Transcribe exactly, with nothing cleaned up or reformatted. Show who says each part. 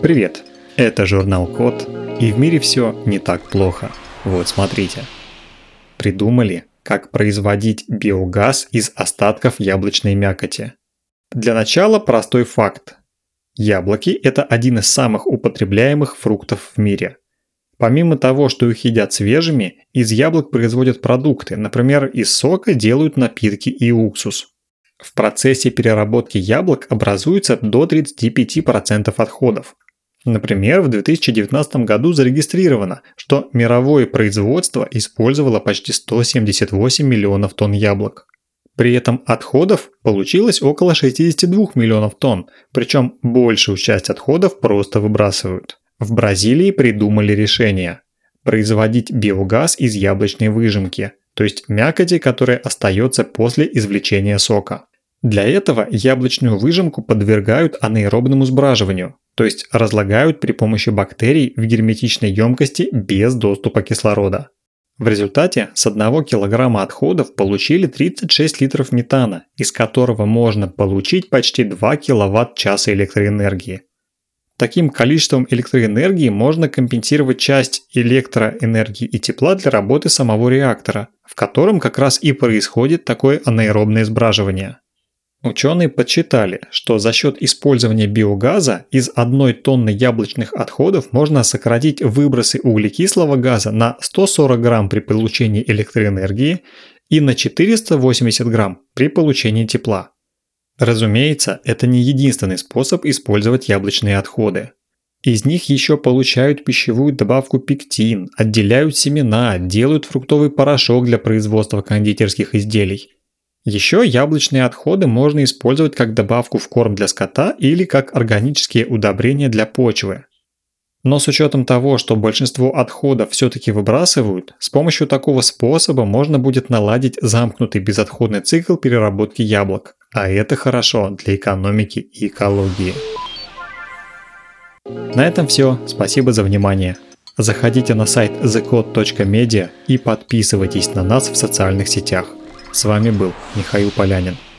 Speaker 1: Привет, это журнал Код, и в мире все не так плохо. Вот смотрите. Придумали, как производить биогаз из остатков яблочной мякоти. Для начала простой факт. Яблоки – это один из самых употребляемых фруктов в мире. Помимо того, что их едят свежими, из яблок производят продукты, например, из сока делают напитки и уксус. В процессе переработки яблок образуется до тридцать пять процентов отходов. Например, в две тысячи девятнадцатом году зарегистрировано, что мировое производство использовало почти сто семьдесят восемь миллионов тонн яблок. При этом отходов получилось около шестьдесят два миллионов тонн, причем большую часть отходов просто выбрасывают. В Бразилии придумали решение – производить биогаз из яблочной выжимки, то есть мякоти, которая остается после извлечения сока. Для этого яблочную выжимку подвергают анаэробному сбраживанию, то есть разлагают при помощи бактерий в герметичной емкости без доступа кислорода. В результате с одного килограмма отходов получили тридцать шесть литров метана, из которого можно получить почти два киловатт-часа электроэнергии. Таким количеством электроэнергии можно компенсировать часть электроэнергии и тепла для работы самого реактора, в котором как раз и происходит такое анаэробное сбраживание. Ученые подсчитали, что за счет использования биогаза из одной тонны яблочных отходов можно сократить выбросы углекислого газа на сто сорок грамм при получении электроэнергии и на четыреста восемьдесят грамм при получении тепла. Разумеется, это не единственный способ использовать яблочные отходы. Из них еще получают пищевую добавку пектин, отделяют семена, делают фруктовый порошок для производства кондитерских изделий. Еще яблочные отходы можно использовать как добавку в корм для скота или как органические удобрения для почвы. Но с учетом того, что большинство отходов все-таки выбрасывают, с помощью такого способа можно будет наладить замкнутый безотходный цикл переработки яблок, а это хорошо для экономики и экологии. На этом все, спасибо за внимание. Заходите на сайт the code точка media и подписывайтесь на нас в социальных сетях. С вами был Михаил Полянин.